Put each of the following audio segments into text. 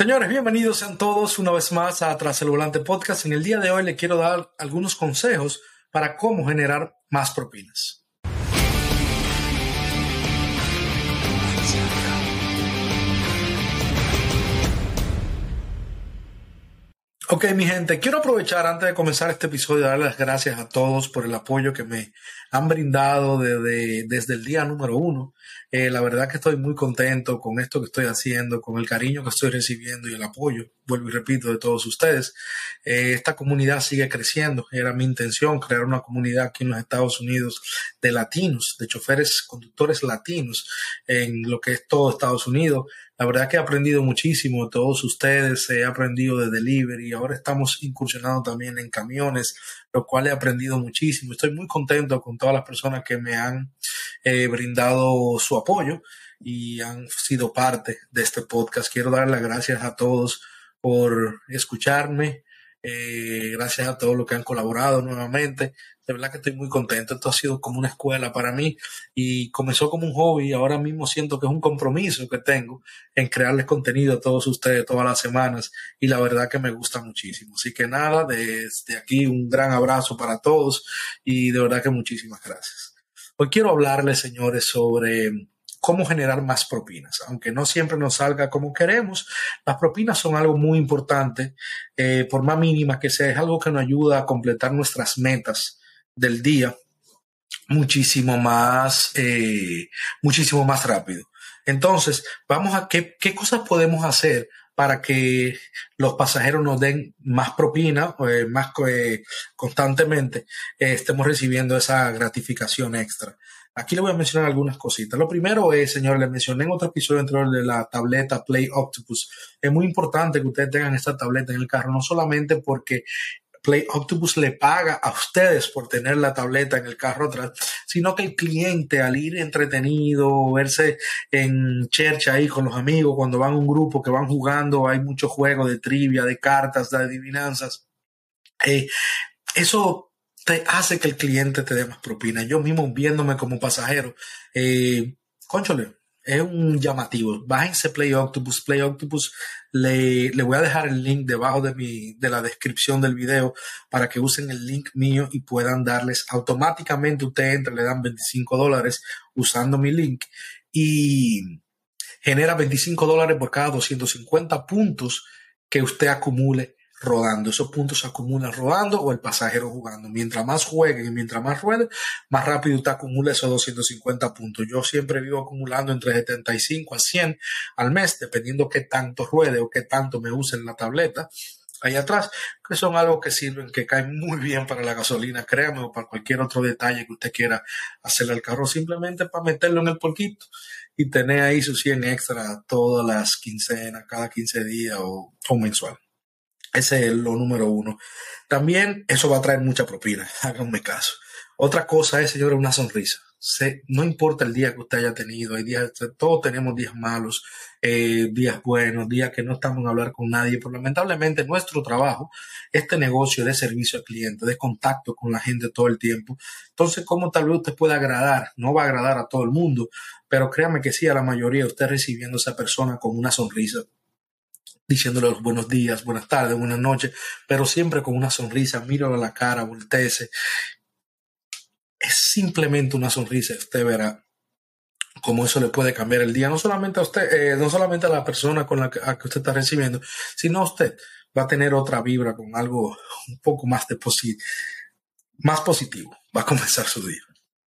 Señores, bienvenidos sean todos una vez más a Tras el Volante Podcast. En el día de hoy les quiero dar algunos consejos para cómo generar más propinas. Ok, mi gente, quiero aprovechar antes de comenzar este episodio, darles las gracias a todos por el apoyo que me han brindado desde el día número uno. La verdad que estoy muy contento con esto que estoy haciendo, con el cariño que estoy recibiendo y el apoyo, vuelvo y repito, de todos ustedes. Esta comunidad sigue creciendo. Era mi intención crear una comunidad aquí en los Estados Unidos de latinos, de choferes, conductores latinos en lo que es todo Estados Unidos. La verdad que he aprendido muchísimo de todos ustedes, he aprendido de delivery, ahora estamos incursionando también en camiones, lo cual he aprendido muchísimo. Estoy muy contento con todas las personas que me han brindado su apoyo y han sido parte de este podcast. Quiero dar las gracias a todos por escucharme, gracias a todos los que han colaborado nuevamente. De verdad que estoy muy contento. Esto ha sido como una escuela para mí y comenzó como un hobby. Ahora mismo siento que es un compromiso que tengo en crearles contenido a todos ustedes todas las semanas y la verdad que me gusta muchísimo. Así que nada, desde aquí un gran abrazo para todos y de verdad que muchísimas gracias. Hoy quiero hablarles, señores, sobre cómo generar más propinas. Aunque no siempre nos salga como queremos, las propinas son algo muy importante, por más mínima que sea, es algo que nos ayuda a completar nuestras metas del día muchísimo más rápido. Entonces, vamos a qué cosas podemos hacer para que los pasajeros nos den más propina, más constantemente estemos recibiendo esa gratificación extra. Aquí le voy a mencionar algunas cositas. Lo primero es, señor, le mencioné en otro episodio anterior de la tableta Play Octopus. Es muy importante que ustedes tengan esta tableta en el carro, no solamente porque Play Octopus le paga a ustedes por tener la tableta en el carro atrás, sino que el cliente, al ir entretenido, verse en chercha ahí con los amigos, cuando van a un grupo que van jugando, hay muchos juegos de trivia, de cartas, de adivinanzas, eso te hace que el cliente te dé más propina. Yo mismo viéndome como pasajero, cónchale, es un llamativo. Bájense Play Octopus. Play Octopus, le voy a dejar el link debajo de la descripción del video para que usen el link mío y puedan darles automáticamente. Usted entra, le dan $25 usando mi link y genera $25 por cada 250 puntos que usted acumule rodando. Esos puntos se acumulan rodando o el pasajero jugando. Mientras más jueguen y mientras más rueden, más rápido usted acumula esos 250 puntos. Yo siempre vivo acumulando entre 75 a 100 al mes, dependiendo qué tanto ruede o qué tanto me use en la tableta ahí atrás, que son algo que sirven, que caen muy bien para la gasolina, créame, o para cualquier otro detalle que usted quiera hacerle al carro, simplemente para meterlo en el porquito y tener ahí sus 100 extra todas las quincenas, cada 15 días o mensual. Ese es lo número uno. También eso va a traer mucha propina, háganme caso. Otra cosa es, señores, una sonrisa. No importa el día que usted haya tenido, hay días, todos tenemos días malos, días buenos, días que no estamos en hablar con nadie, pero lamentablemente nuestro trabajo, este negocio de servicio al cliente, de contacto con la gente todo el tiempo, entonces, ¿cómo tal vez usted pueda agradar? No va a agradar a todo el mundo, pero créame que sí, a la mayoría, usted recibiendo a esa persona con una sonrisa, diciéndole los buenos días, buenas tardes, buenas noches, pero siempre con una sonrisa, míralo a la cara, voltéese. Es simplemente una sonrisa, usted verá cómo eso le puede cambiar el día, no solamente a usted, no solamente a la persona con la que usted está recibiendo, sino a usted. Va a tener otra vibra con algo un poco más más positivo. Va a comenzar su día.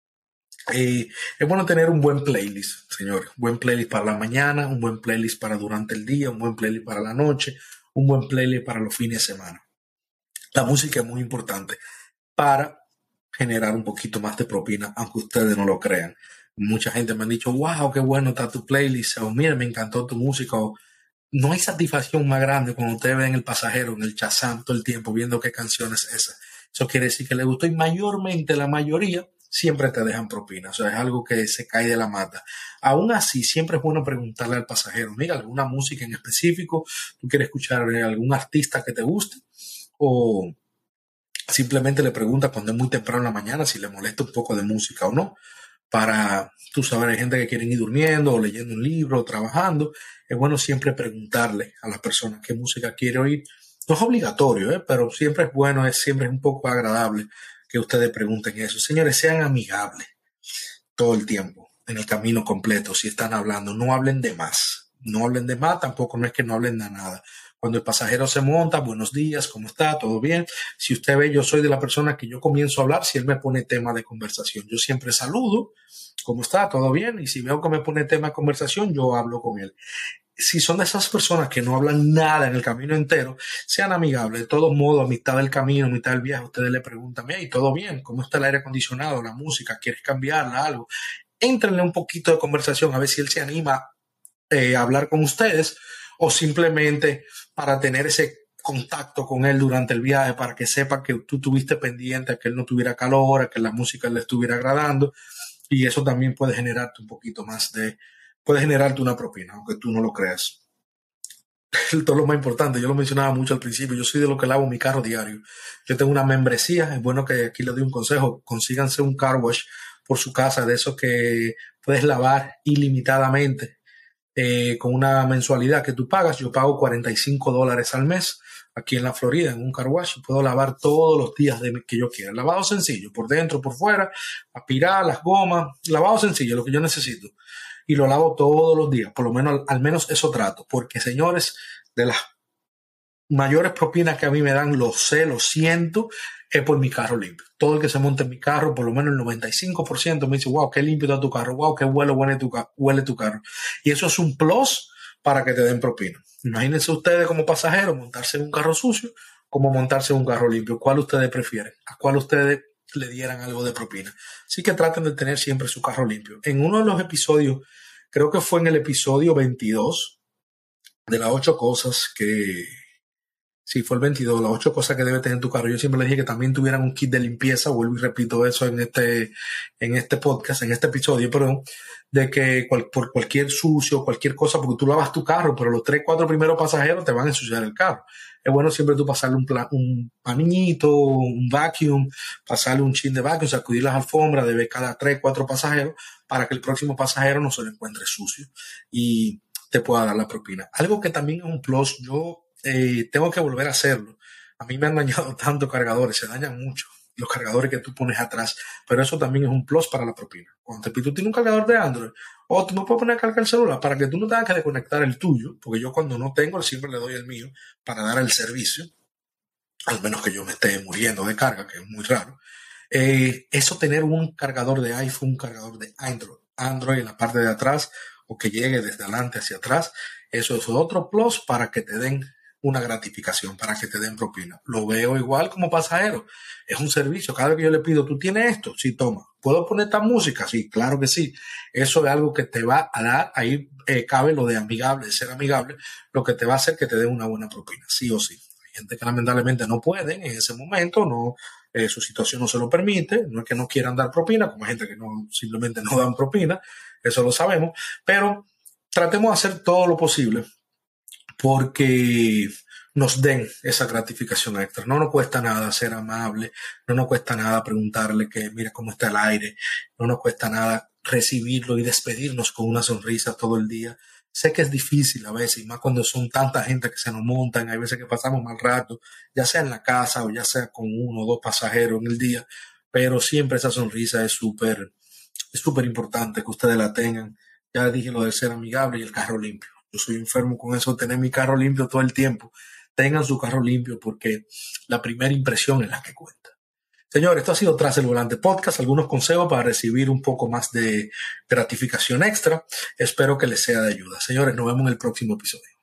Es bueno tener un buen playlist, señores. Un buen playlist para la mañana, un buen playlist para durante el día, un buen playlist para la noche, un buen playlist para los fines de semana. La música es muy importante para generar un poquito más de propina, aunque ustedes no lo crean. Mucha gente me ha dicho, wow, qué bueno está tu playlist, o mira, me encantó tu música, o no hay satisfacción más grande cuando ustedes ven el pasajero en el Shazam todo el tiempo viendo qué canción es esa. Eso quiere decir que le gustó y mayormente la mayoría siempre te dejan propina. O sea, es algo que se cae de la mata. Aún así, siempre es bueno preguntarle al pasajero, mira, alguna música en específico, tú quieres escuchar algún artista que te guste, o simplemente le pregunta cuando es muy temprano en la mañana si le molesta un poco de música o no. para, tú sabes, hay gente que quiere ir durmiendo o leyendo un libro o trabajando. Es bueno siempre preguntarle a la persona qué música quiere oír. No es obligatorio, pero siempre es bueno, siempre es un poco agradable que ustedes pregunten eso. Señores, sean amigables todo el tiempo, en el camino completo. Si están hablando, no hablen de más. No hablen de más, tampoco no es que no hablen de nada. Cuando el pasajero se monta, buenos días, ¿cómo está? ¿Todo bien? Si usted ve, yo soy de la persona que yo comienzo a hablar si él me pone tema de conversación. Yo siempre saludo, ¿cómo está? ¿Todo bien? Y si veo que me pone tema de conversación, yo hablo con él. Si son de esas personas que no hablan nada en el camino entero, sean amigables. De todos modos, a mitad del camino, a mitad del viaje, ustedes le preguntan, hey, ¿todo bien? ¿Cómo está el aire acondicionado, la música? ¿Quieres cambiarla, algo? Éntrenle un poquito de conversación a ver si él se anima a hablar con ustedes, o simplemente para tener ese contacto con él durante el viaje, para que sepa que tú estuviste pendiente, a que él no tuviera calor, a que la música le estuviera agradando, y eso también puede generarte un poquito más puede generarte una propina, aunque tú no lo creas. Todo lo más importante, yo lo mencionaba mucho al principio, yo soy de los que lavo mi carro diario. Yo tengo una membresía, es bueno que aquí les doy un consejo, consíganse un car wash por su casa, de esos que puedes lavar ilimitadamente con una mensualidad que tú pagas. Yo pago $45 al mes aquí en la Florida, en un car wash, y puedo lavar todos los días que yo quiera. Lavado sencillo, por dentro, por fuera, aspirar las gomas, lavado sencillo, lo que yo necesito. Y lo lavo todos los días, por lo menos, al menos eso trato, porque señores, de las mayores propinas que a mí me dan, lo sé, lo siento, es por mi carro limpio. Todo el que se monte en mi carro, por lo menos el 95% me dice, wow, qué limpio está tu carro, wow, qué huele tu carro. Y eso es un plus para que te den propina. Imagínense ustedes como pasajeros montarse en un carro sucio, como montarse en un carro limpio. ¿Cuál ustedes prefieren? ¿A cuál ustedes le dieran algo de propina? Así que traten de tener siempre su carro limpio. En uno de los episodios, creo que fue en el episodio 22, de las 8 cosas que... Sí, fue el 22, las 8 cosas que debe tener tu carro. Yo siempre les dije que también tuvieran un kit de limpieza, vuelvo y repito eso en este podcast, en este episodio, perdón, de que por cualquier sucio, cualquier cosa, porque tú lavas tu carro, pero los 3, 4 primeros pasajeros te van a ensuciar el carro. Es bueno siempre tú pasarle un pañito, un vacuum, pasarle un chin de vacuum, sacudir las alfombras de ver cada 3, 4 pasajeros para que el próximo pasajero no se lo encuentre sucio y te pueda dar la propina. Algo que también es un plus, yo tengo que volver a hacerlo. A mí me han dañado tanto cargadores, se dañan mucho los cargadores que tú pones atrás, pero eso también es un plus para la propina. Cuando tú tienes un cargador de Android, o tú me puedes poner a cargar el celular para que tú no tengas que desconectar el tuyo, porque yo cuando no tengo, siempre le doy el mío para dar el servicio, al menos que yo me esté muriendo de carga, que es muy raro. Eso tener un cargador de iPhone, un cargador de Android en la parte de atrás, o que llegue desde adelante hacia atrás, eso es otro plus para que te den una gratificación, para que te den propina. Lo veo igual como pasajero. Es un servicio. Cada vez que yo le pido, ¿tú tienes esto? Sí, toma. ¿Puedo poner esta música? Sí, claro que sí. Eso es algo que te va a dar, ahí cabe lo de amigable, de ser amigable, lo que te va a hacer que te den una buena propina, sí o sí. Hay gente que lamentablemente no pueden en ese momento, no, su situación no se lo permite, no es que no quieran dar propina, como hay gente que no, simplemente no dan propina, eso lo sabemos, pero tratemos de hacer todo lo posible porque nos den esa gratificación extra. No nos cuesta nada ser amable, no nos cuesta nada preguntarle que mira cómo está el aire, no nos cuesta nada recibirlo y despedirnos con una sonrisa todo el día. Sé que es difícil a veces, y más cuando son tanta gente que se nos montan, hay veces que pasamos mal rato, ya sea en la casa o ya sea con 1 o 2 pasajeros en el día, pero siempre esa sonrisa es súper importante que ustedes la tengan. Ya dije lo de ser amigable y el carro limpio. Yo soy enfermo con eso, tener mi carro limpio todo el tiempo. Tengan su carro limpio porque la primera impresión es la que cuenta. Señores, esto ha sido Tras el Volante Podcast, algunos consejos para recibir un poco más de gratificación extra. Espero que les sea de ayuda. Señores, nos vemos en el próximo episodio.